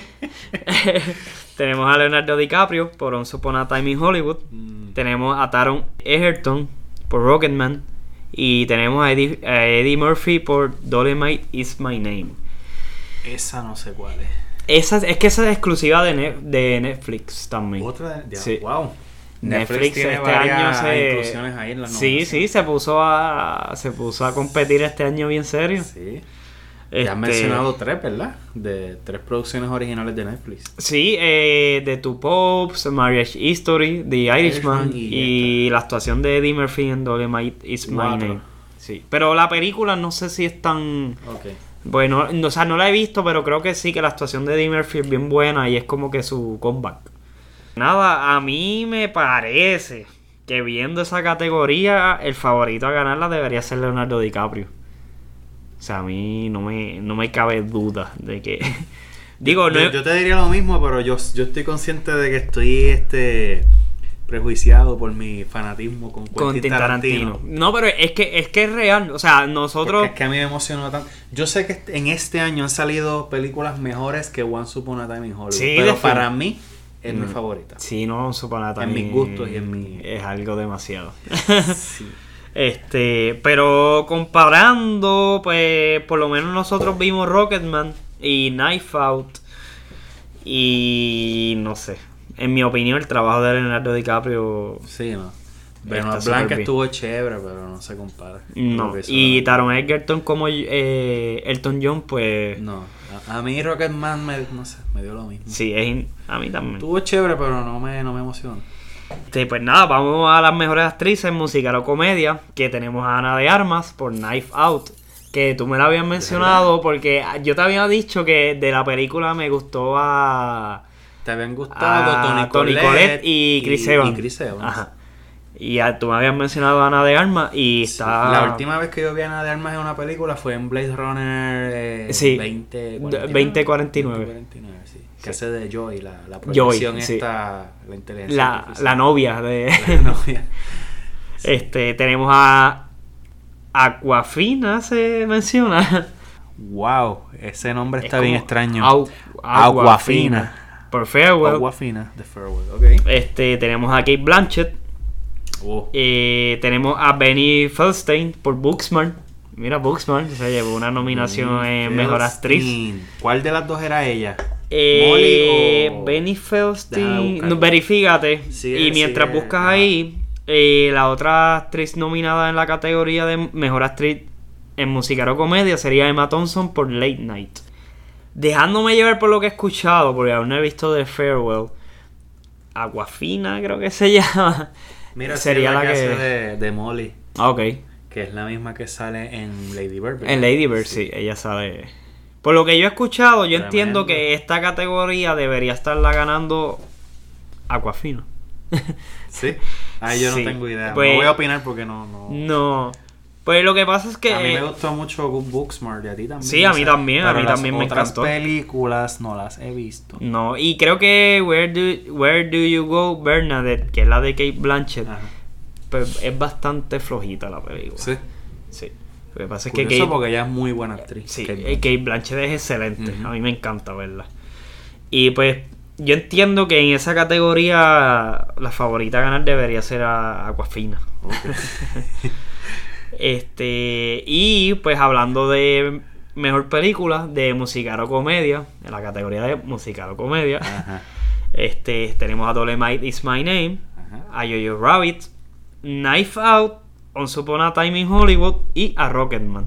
Tenemos a Leonardo DiCaprio por Once Upon a Time in Hollywood. Mm. Tenemos a Taron Egerton por Rocketman. Y tenemos a Eddie, a Eddie Murphy por Dolomite Is My Name. Esa no sé cuál es. Esa, es que esa es exclusiva de, ne- de Netflix también. ¿Otra? De, sí. Wow. Netflix, Netflix tiene este año se inclusiones ahí en las sí sí se puso a se puso a competir este año bien serio. Sí. Este... Ya has mencionado tres, ¿verdad? De tres producciones originales de Netflix. Sí, eh, The Two Popes, Marriage History, The Irishman, Irishman y, y la actuación de Eddie Murphy en Dolomite Is My Name. Sí, pero la película no sé si es tan okay. Bueno, no, o sea, no la he visto, pero creo que sí que la actuación de Eddie Murphy es bien buena y es como que su comeback. Nada, a mí me parece que viendo esa categoría, el favorito a ganarla debería ser Leonardo DiCaprio. O sea, a mí no me, no me cabe duda de que... Digo, yo, no... yo te diría lo mismo, pero yo, yo estoy consciente de que estoy este prejuiciado por mi fanatismo con Quentin Tarantino. Tarantino. No, pero es que, es que es real. O sea, nosotros... Porque es que a mí me emocionó tanto. Yo sé que en este año han salido películas mejores que Once Upon a Time in Hollywood. Sí, pero para mí... es mi favorita. Sí, no, Once Upon a Time en mis gustos y en mi... es algo demasiado. Sí. Este, pero comparando, pues por lo menos nosotros vimos Rocketman y Knives Out. Y no sé, en mi opinión el trabajo de Leonardo DiCaprio... Sí, no. Benoit Blanc estuvo chévere, pero no se compara. No, y Taron Egerton como eh, Elton John, pues... No, a, a mí Rocketman me, no sé, me dio lo mismo. Sí, es in, a mí también. Estuvo chévere, pero no me, no me emocionó. Este, pues nada, vamos a las mejores actrices, musical o comedia, que tenemos a Ana de Armas por Knife Out, que tú me la habías mencionado porque yo te había dicho que de la película me gustó a... Te habían gustado Toni Collette, Collette y Chris y, Evans. Y Chris Evans. Ajá. Y a, tú me habías mencionado a Ana de Armas y sí, está... La última vez que yo vi a Ana de Armas en una película fue en Blade Runner eh, sí, veinte cuarenta y nueve. Sí. Que Sí. hace de Joy, la, la proyección Joy, sí. esta, la inteligencia La, artificial. la novia de... La novia. Sí. Este, tenemos a Awkwafina, se menciona. Wow, ese nombre está Es bien como extraño. Au- Awkwafina. Por Farewell. Awkwafina, de Farewell, ok. Este, tenemos a Kate Blanchett. Oh. Eh, tenemos a Benny Feldstein por Booksmart. Mira, Booksmart se llevó una nominación Benny en Mejor Actriz. Feldstein. ¿Cuál de las dos era ella? Eh, ¿Molly o...? Benny Déjame Feldstein. buscarlo. No, verifícate. Sigue, y mientras sigue. buscas Ajá. ahí, eh, la otra actriz nominada en la categoría de Mejor Actriz en musical o comedia sería Emma Thompson por Late Night. Dejándome llevar por lo que he escuchado, porque aún no he visto The Farewell, Awkwafina creo que se llama. Mira, sería sí, la que... hace de, de Molly, Ah, ok. que es la misma que sale en Lady Bird. En Lady Bird, sí. ella sabe. Por lo que yo he escuchado, yo Tremendo. entiendo que esta categoría debería estarla ganando Awkwafina. Sí. Ay, yo Sí. no tengo idea. Pues- no voy a opinar porque no... no... No. Pues lo que pasa es que... A mí me gustó mucho Booksmart y a ti también. Sí, a mí también, a pero mí las también me otras encantó. películas no las he visto. No, y creo que Where Do, Where Do You Go, Bernadette, que es la de Kate Blanchett, Ajá. pues es bastante flojita la película. Sí. Sí. Lo que pasa es Curioso que Kate, porque ella es muy buena actriz. sí, Kate eh, Kate Blanchett es excelente. Ujú. A mí me encanta verla. Y pues yo entiendo que en esa categoría la favorita a ganar debería ser a Awkwafina. Okay. Este, y pues hablando de mejor película de musical o comedia, en la categoría de musical o comedia, Ajá. este, tenemos a Dolemite Is My Name, Ajá. a Jojo Rabbit, Knife Out, Once Upon a Time in Hollywood y a Rocketman.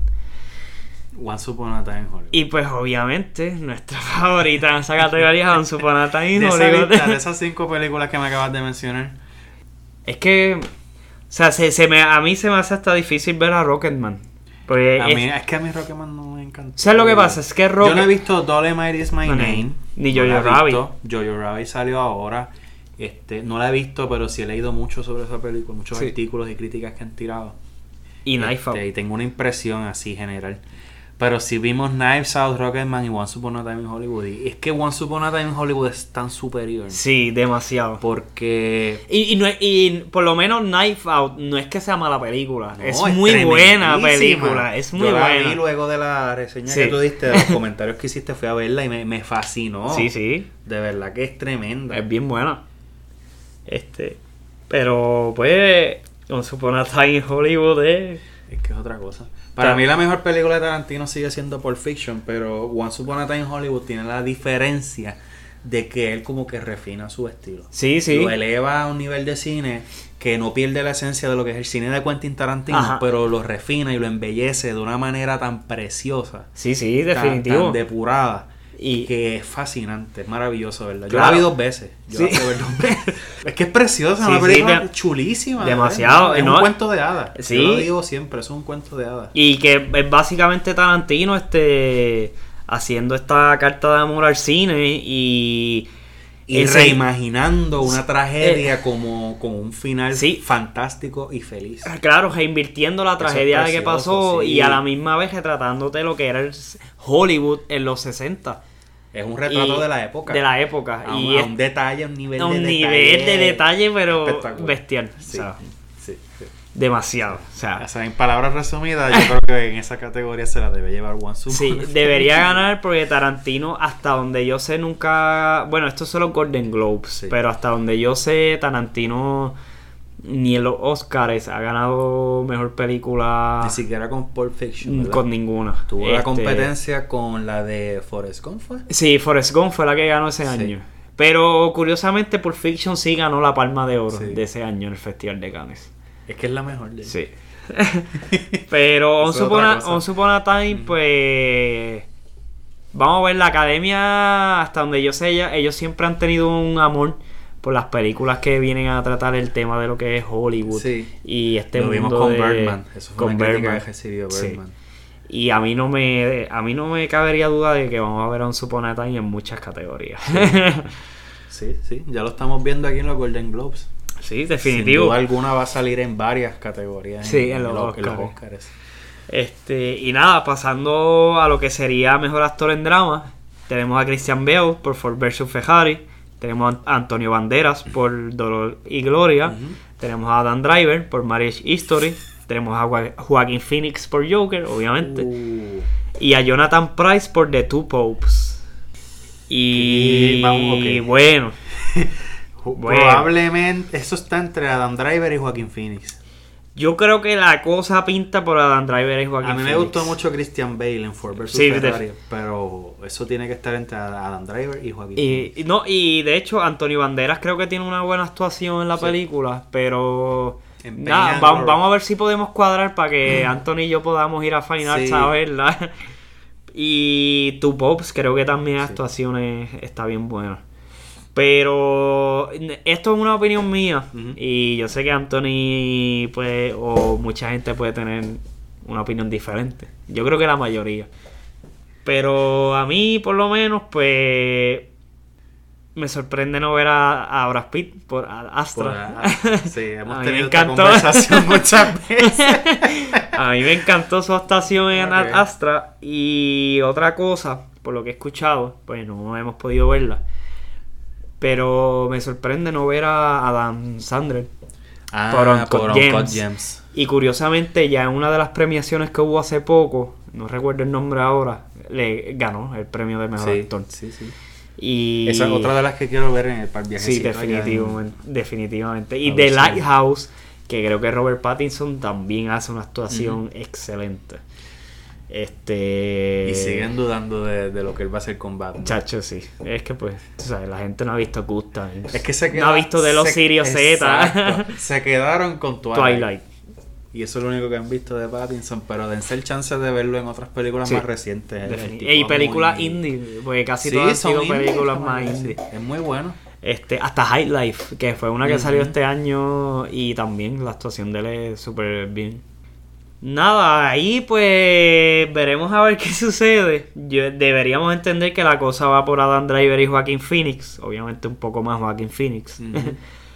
Once Upon a Time in Hollywood. Y pues obviamente nuestra favorita en esa categoría es Once Upon a Time in De, esa Hollywood. lista, de esas cinco películas que me acabas de mencionar. Es que, o sea, se, se me, a mí se me hace hasta difícil ver a Rocketman. Porque A es, mí, es que a mí Rocketman no me encanta. ¿sabes lo que pasa? Es que Rocket... Yo no he visto Dolemite Is My No, Name. ni No Jojo la he Rabbit. visto. Jojo Rabbit salió ahora. Este, no la he visto, pero sí he leído mucho sobre esa película, muchos Sí. artículos y críticas que han tirado. y Knife Out. Este, y tengo una impresión así general. Pero si vimos Knives Out, Rocketman y Once Upon a Time in Hollywood. Y es que Once Upon a Time in Hollywood es tan superior. Sí, demasiado. Porque... Y, y, no es- y por lo menos Knife Out no es que sea mala película. No, es muy buena tremendísima. película. Es muy Yo la buena. vi luego de la reseña Sí. que tú diste, de los comentarios que hiciste, fui a verla y me, me fascinó. Sí, sí. De verdad que es tremenda. Es bien buena. Este. Pero pues. Once Upon a Time in Hollywood es. Es que es otra cosa. Para Ta- mí la mejor película de Tarantino sigue siendo Pulp Fiction, pero Once Upon a Time in Hollywood tiene la diferencia de que él como que refina su estilo. Sí, sí. Lo eleva a un nivel de cine que no pierde la esencia de lo que es el cine de Quentin Tarantino, Ajá. pero lo refina y lo embellece de una manera tan preciosa, Sí, sí, tan, definitivo. tan depurada. Y- que es fascinante, es maravilloso, ¿verdad? Yo Claro. la vi dos veces. Yo Sí. la fui a ver dos veces. Es que es preciosa, Sí, una sí, película de- chulísima. demasiado, ¿verdad? Es ¿no? un cuento de hadas. Sí. Yo lo digo siempre, es un cuento de hadas. Y que es básicamente Tarantino este haciendo esta carta de amor al cine y Y ese- reimaginando una tragedia como, como un final Sí. fantástico y feliz. claro, reinvirtiendo la Eso es tragedia de que precioso, pasó sí. y a la misma vez retratándote lo que era el Hollywood en los sesenta. Es un retrato Y- de la época. De la época. A, y un, a es un detalle, a un nivel a un de nivel detalle. de detalle, pero espectacular. bestial. Sí, O sea, sí, sí. demasiado. O sea, O sea, en palabras resumidas, yo creo que en esa categoría se la debe llevar Once Upon sí, a Time. debería ganar porque Tarantino, hasta donde yo sé, nunca. Bueno, esto es solo Golden Globes, Sí. pero hasta donde yo sé, Tarantino ni en los Oscars ha ganado mejor película Ni siquiera con Pulp Fiction, mm, ¿verdad? con ninguna. Tuvo la Este, competencia con la de Forrest Gump, ¿fue? Sí, Forrest Gump fue la que ganó ese Sí. año. Pero curiosamente, Pulp Fiction sí ganó la Palma de Oro Sí. de ese año en el Festival de Cannes. Es que es la mejor de Sí. Pero Eso es Once Upon, otra a, cosa. Once Upon a Time, pues. Vamos a ver, la academia, hasta donde yo sé, ella- ellos siempre han tenido un amor por las películas que vienen a tratar el tema de lo que es Hollywood. Sí. Y este lo mundo vimos con de, Birdman. Eso fue con una crítica Birdman. que recibió Birdman. Sí. Y a mí no me a mí no me cabería duda de que vamos a ver a un Once Upon a Time en muchas categorías. Sí, sí, ya lo estamos viendo aquí en los Golden Globes. Sí, definitivo. Sin duda alguna va a salir en varias categorías. Sí, en, en, los, Oscars. en los Oscars. Este, y nada, pasando a lo que sería mejor actor en drama, tenemos a Christian Bale por Ford versus Ferrari, tenemos a Antonio Banderas por Dolor y Gloria, uh-huh. tenemos a Adam Driver por Marriage History, tenemos a Joaquin Phoenix por Joker, obviamente, uh. y a Jonathan Pryce por The Two Popes. Y, y vamos, okay. bueno, bueno, probablemente eso está entre Adam Driver y Joaquin Phoenix. Yo creo que la cosa pinta por Adam Driver y Joaquin A mí me Phoenix. gustó mucho Christian Bale en Ford versus sí, Ferrari, de... pero eso tiene que estar entre Adam Driver y Joaquin y, Phoenix. Y, no, y de hecho Antonio Banderas creo que tiene una buena actuación en la sí. película, pero nada, vamos, vamos a ver si podemos cuadrar para que Anthony y yo podamos ir a Fine Arts sí. a verla. Y Two Popes creo que también sí. actuaciones está bien buena. Pero esto es una opinión mía uh-huh. y yo sé que Anthony pues o mucha gente puede tener una opinión diferente. Yo creo que la mayoría. Pero a mí por lo menos pues me sorprende no ver a, a Brad Pitt por Astra. Por, sí, hemos tenido esta conversación muchas veces. A mí me encantó su actuación en okay. Astra. Y otra cosa, por lo que he escuchado, pues no hemos podido verla. Pero me sorprende no ver a Adam Sandler ah, por Uncut Gems. Gems. Y curiosamente, ya en una de las premiaciones que hubo hace poco, no recuerdo el nombre ahora, le ganó el premio de mejor sí, actor. Sí, sí. Y esa es otra de las que quiero ver en el par viajecito. Sí, definitivamente. En... definitivamente. Y a The Lighthouse, que creo que Robert Pattinson también hace una actuación uh-huh. excelente. Este... Y siguen dudando de, de lo que él va a hacer con Batman. Chacho, sí. Es que pues, tú sabes, la gente no ha visto Good Times. Es que se queda, no ha visto de los Sirius Z. Se quedaron con Twilight. Twilight. Y eso es lo único que han visto de Pattinson. Pero dense el chance de verlo en otras películas sí. más recientes. Y películas muy... indie. Porque casi sí, todas han sido indie, películas más indie. Es muy bueno. Este, hasta High Life, que fue una que uh-huh. salió este año. Y también la actuación de él es súper bien. Nada, ahí pues veremos a ver qué sucede. Yo, deberíamos entender que la cosa va por Adam Driver y Joaquin Phoenix. Obviamente un poco más Joaquin Phoenix. Uh-huh.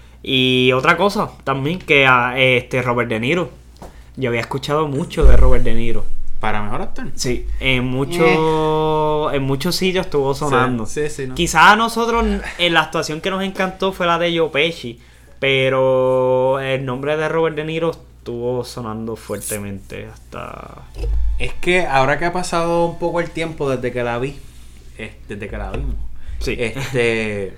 Y otra cosa también, que a este Robert De Niro. Yo había escuchado mucho de Robert De Niro. ¿Para mejor actor? Sí, en muchos eh. en muchos sitios estuvo sonando. Sí, sí, sí, no. Quizás a nosotros en la actuación que nos encantó fue la de Joe Pesci. Pero el nombre de Robert De Niro estuvo sonando fuertemente hasta... Es que ahora que ha pasado un poco el tiempo desde que la vi, eh, desde que la vimos, sí. este,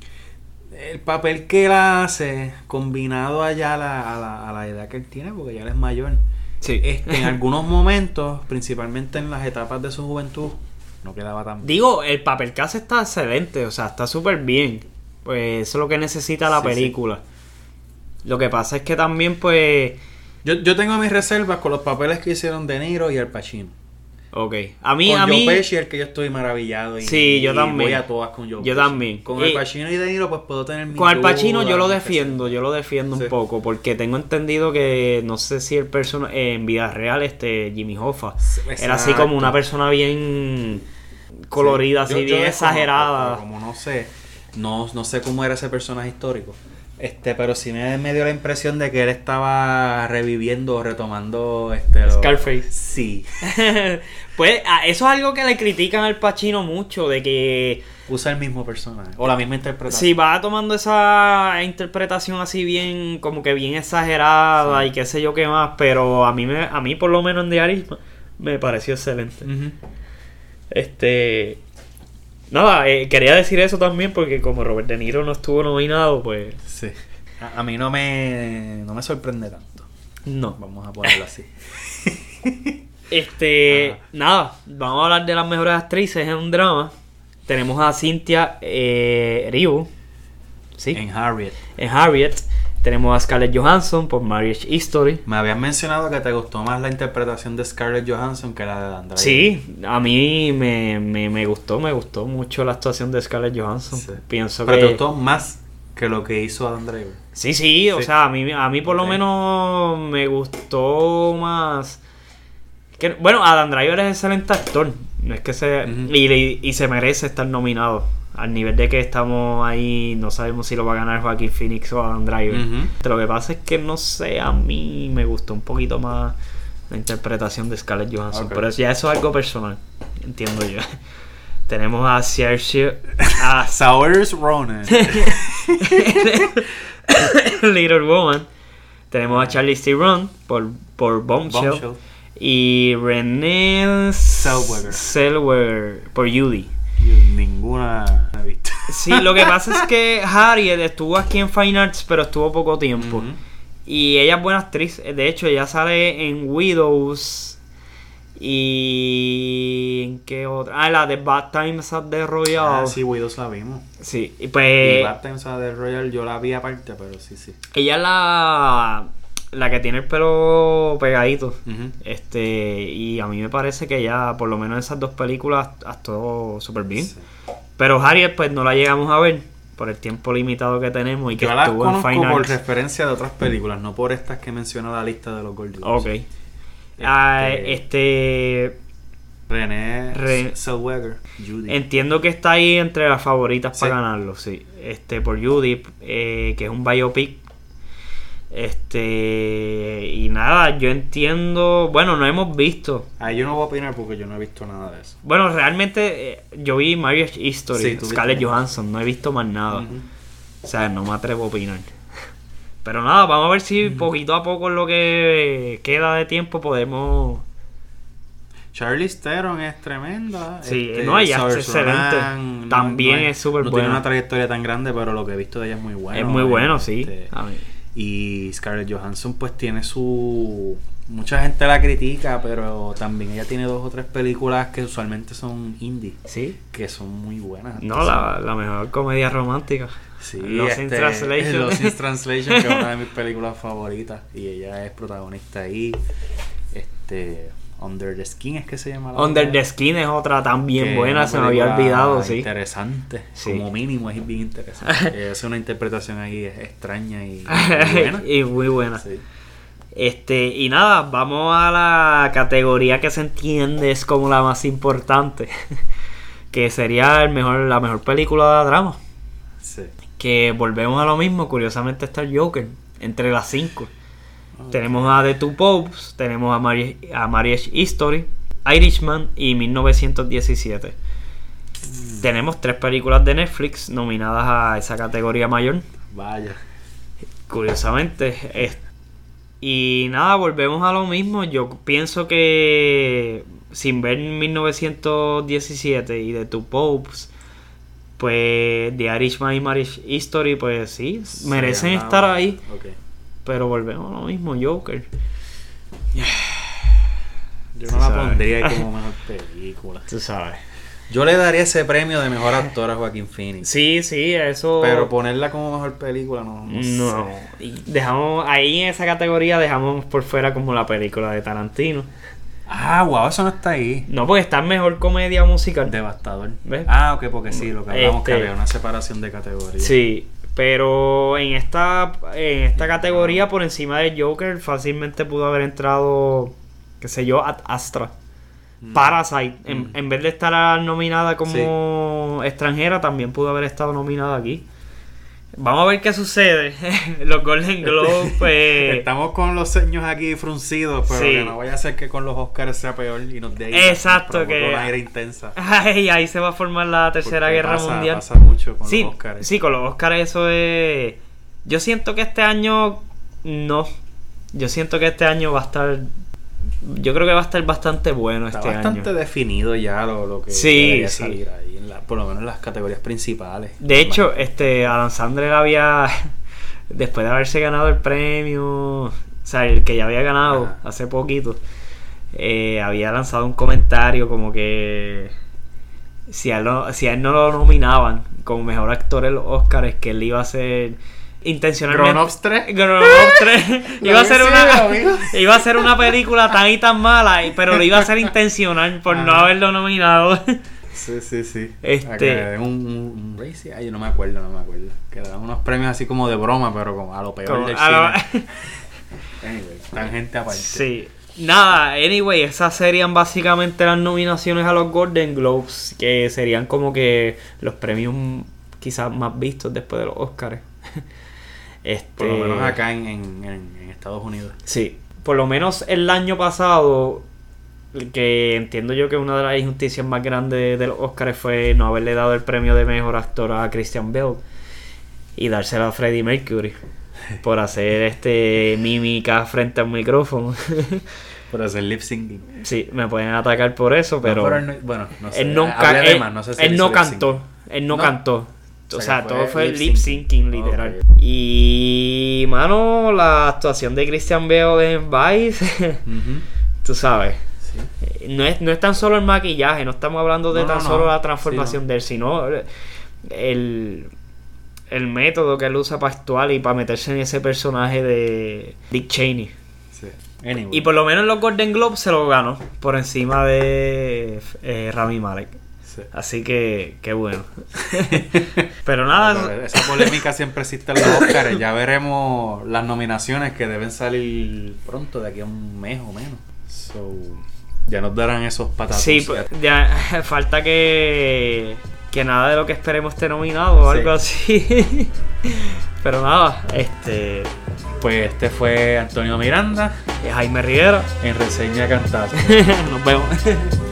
el papel que él hace, combinado allá a la, a, la, a la edad que él tiene, porque ya él es mayor, sí. este, en algunos momentos, principalmente en las etapas de su juventud, no quedaba tan bien. Digo, el papel que hace está excelente, o sea, está súper bien. Pues eso es lo que necesita la sí, película. Sí. Lo que pasa es que también, pues... Yo, yo tengo mis reservas con los papeles que hicieron De Niro y Al Pacino. Ok. A mí, con a Joe mí... Pesci, el que yo estoy maravillado. Y, sí, yo y también. voy a todas con Joe Yo Pesci. también. Con y, Al Pacino y De Niro, pues puedo tener mi Con Al Pacino duda, yo lo defiendo, yo lo defiendo sí. un poco, porque tengo entendido que, no sé si el persona eh, en vida real, este Jimmy Hoffa, exacto. era así como una persona bien colorida, sí. así, yo, bien yo exagerada. Como, como no sé, no, no sé cómo era ese personaje histórico. Este, pero sí me, me dio la impresión de que él estaba reviviendo o retomando este Scarface. Lo... Sí. Pues eso es algo que le critican al Pacino mucho, de que usa el mismo personaje o la misma interpretación. Sí, va tomando esa interpretación así bien, como que bien exagerada sí. y qué sé yo qué más, pero a mí me, a mí por lo menos en The Irishman me pareció excelente. Uh-huh. Este Nada, eh, quería decir eso también porque como Robert De Niro no estuvo nominado, pues... Sí. A, a mí no me no me sorprende tanto. No. Vamos a ponerlo así. Este... Ah. Nada, vamos a hablar de las mejores actrices en un drama. Tenemos a Cynthia eh, Erivo. ¿Sí? En Harriet. En Harriet. Tenemos a Scarlett Johansson por Marriage History. Me habías mencionado que te gustó más la interpretación de Scarlett Johansson que la de Andrea. Sí, a mí me, me, me gustó, me gustó mucho la actuación de Scarlett Johansson. Sí. Pienso Pero que... te gustó más que lo que hizo Adam Driver. Sí, sí, o sí. sea, a mí, a mí por okay. lo menos me gustó más... Que, bueno, Adam Driver es excelente actor. No es que se... Uh-huh. y, y se merece estar nominado. Al nivel de que estamos ahí, no sabemos si lo va a ganar Joaquin Phoenix o Adam Driver. Uh-huh. Lo que pasa es que, no sé, a mí me gustó un poquito más la interpretación de Scarlett Johansson. Okay. Pero ya eso es algo personal, entiendo yo. Tenemos a Saoirse... a Saoirse Ronan. Little Woman. Tenemos a Charlize Theron por, por Bombshell. Bombshell. Y Renée Zellweger. Zellweger por Judy. Ninguna he visto. Sí, lo que pasa es que Harriet estuvo aquí en Fine Arts, pero estuvo poco tiempo. Uh-huh. Y ella es buena actriz. De hecho, ella sale en Widows. Y... ¿en qué otra? Ah, la de Bad Times at the Royal. Ah, sí, Widows la vimos. Sí, y pues... Y Bad Times at the Royal yo la vi aparte, pero sí, sí. Ella es la... la que tiene el pelo pegadito. Uh-huh. Este, y a mí me parece que ella, por lo menos en esas dos películas, actuó súper bien. Sí. Pero Harriet, pues no la llegamos a ver por el tiempo limitado que tenemos y que yo la estuvo en Fine Arts. Por referencia de otras películas, no por estas que menciona la lista de los Golden Globes. Ok. Este, ah, este Renée Re- Zellweger, Judy. Entiendo que está ahí entre las favoritas sí. para ganarlo, sí. Este, por Judy, eh, que es un biopic. Este y nada, yo entiendo, bueno, no hemos visto. Ah, yo no voy a opinar porque yo no he visto nada de eso. Bueno, realmente eh, yo vi Marriage History, sí, Scarlett Johansson, no he visto más nada. Uh-huh. O sea, no me atrevo a opinar. Pero nada, vamos a ver si uh-huh. poquito a poco en lo que queda de tiempo podemos. Charlize Theron es tremenda. Sí, este, no, ella es excelente. No, También no es súper no buena. No tiene una trayectoria tan grande, pero lo que he visto de ella es muy bueno. Es muy bueno, este, sí. A mí. Y Scarlett Johansson pues tiene su... mucha gente la critica, pero también ella tiene dos o tres películas que usualmente son indie. Sí. Que son muy buenas. No, la, la mejor comedia romántica. Sí, Lost este, in Translation. Lost in Translation, que es una de mis películas favoritas. Y ella es protagonista ahí. Este... Under the Skin es que se llama la Under the Skin es otra también buena, se me había olvidado, sí. Interesante, sí. Como mínimo es bien interesante. Es una interpretación ahí extraña y muy buena. Y muy buena. Sí. Este, y nada, vamos a la categoría que se entiende es como la más importante. Que sería el mejor, la mejor película de drama. Sí. Que volvemos a lo mismo, curiosamente está el Joker, entre las cinco. Okay. Tenemos a The Two Popes, tenemos a, Marri- a Marriage History, Irishman y mil novecientos diecisiete. Mm. Tenemos tres películas de Netflix nominadas a esa categoría mayor. Vaya. Curiosamente. Es... Y nada, volvemos a lo mismo. Yo pienso que sin ver mil novecientos diecisiete y The Two Popes, pues The Irishman y Marriage History, pues sí, sí merecen no, estar ahí. Okay. Pero volvemos a lo mismo, Joker. Yo no la sabes. pondría como mejor película. Tú sabes. Yo le daría ese premio de mejor actor a Joaquin Phoenix. Sí, sí, eso. Pero ponerla como mejor película no, no, no. sé. Y dejamos ahí en esa categoría, dejamos por fuera como la película de Tarantino. Ah, wow, eso no está ahí. No, porque está en mejor comedia musical. Devastador. ¿Ves? Ah, ok, porque sí, lo que hablamos este, que había una separación de categorías. Sí. Pero en esta en esta categoría, por encima de Joker, fácilmente pudo haber entrado, qué sé yo, Ad Astra. Mm. Parasite. Mm. En, en vez de estar nominada como sí. extranjera, también pudo haber estado nominada aquí. Vamos a ver qué sucede. Los Golden Globes, pues... Estamos con los ceños aquí fruncidos, pero sí. que no vaya a ser que con los Oscars sea peor y nos dé ahí. Exacto, que... una era intensa. Ay, ahí se va a formar la tercera Porque guerra pasa, mundial. Pasa mucho con sí, los Oscars. Sí, con los Oscars eso es... Yo siento que este año... No. Yo siento que este año va a estar... Yo creo que va a estar bastante bueno Está este año. Está bastante definido ya lo, lo que sí, debería sí. salir ahí, en la, por lo menos en las categorías principales. De hecho, bueno. este Adam Sandler había, después de haberse ganado el premio, o sea, el que ya había ganado Ajá. hace poquito, eh, había lanzado un comentario como que si a él, no, si a él no lo nominaban como mejor actor en los Oscars, que él iba a ser... intencionalmente Grown Ups tres Grown Ups tres iba a ser una iba a ser una película tan y tan mala, pero lo iba a hacer intencional por Ajá. no haberlo nominado. Sí, sí, sí. Este... Un, un, un Racy, ay, yo no me acuerdo, no me acuerdo. Que dan unos premios así como de broma, pero como a lo peor como del cine. Lo... Anyway, tangente aparte. Sí. Nada, anyway, esas serían básicamente las nominaciones a los Golden Globes, que serían como que los premios quizás más vistos después de los Oscars. Este... Por lo menos acá en, en, en, en Estados Unidos. Sí, por lo menos el año pasado, que entiendo yo que una de las injusticias más grandes de los Oscars fue no haberle dado el premio de mejor actor a Christian Bale y dárselo a Freddie Mercury. Por hacer este mímica frente al micrófono. Por hacer lip syncing. Sí, me pueden atacar por eso, pero... No, pero él no, bueno, no sé. Él no, ca- él, más, no, sé si él no cantó. Él no, no cantó. O sea, o sea todo fue lip syncing, literal. Okay. Y, mano, la actuación de Christian Bale en Vice, uh-huh. Tú sabes. Sí. No, es, no es tan solo el maquillaje, no estamos hablando de no, tan no, solo no. la transformación sí, no. de él, sino el... el método que él usa para actuar y para meterse en ese personaje de Dick Cheney. Sí. Anyway. Y por lo menos en los Golden Globes se lo ganó por encima de eh, Rami Malek. Sí. Así que, qué bueno. Pero nada. No, pero esa polémica siempre existe en los Oscars. Ya veremos las nominaciones que deben salir pronto, de aquí a un mes o menos. So, ya nos darán esos patatos. Sí, pues, ya falta que... que nada de lo que esperemos esté nominado o sí. algo así. Pero nada, este... Pues este fue Antonio Miranda y Jaime Rivera en Reseña Cantazo. Nos vemos.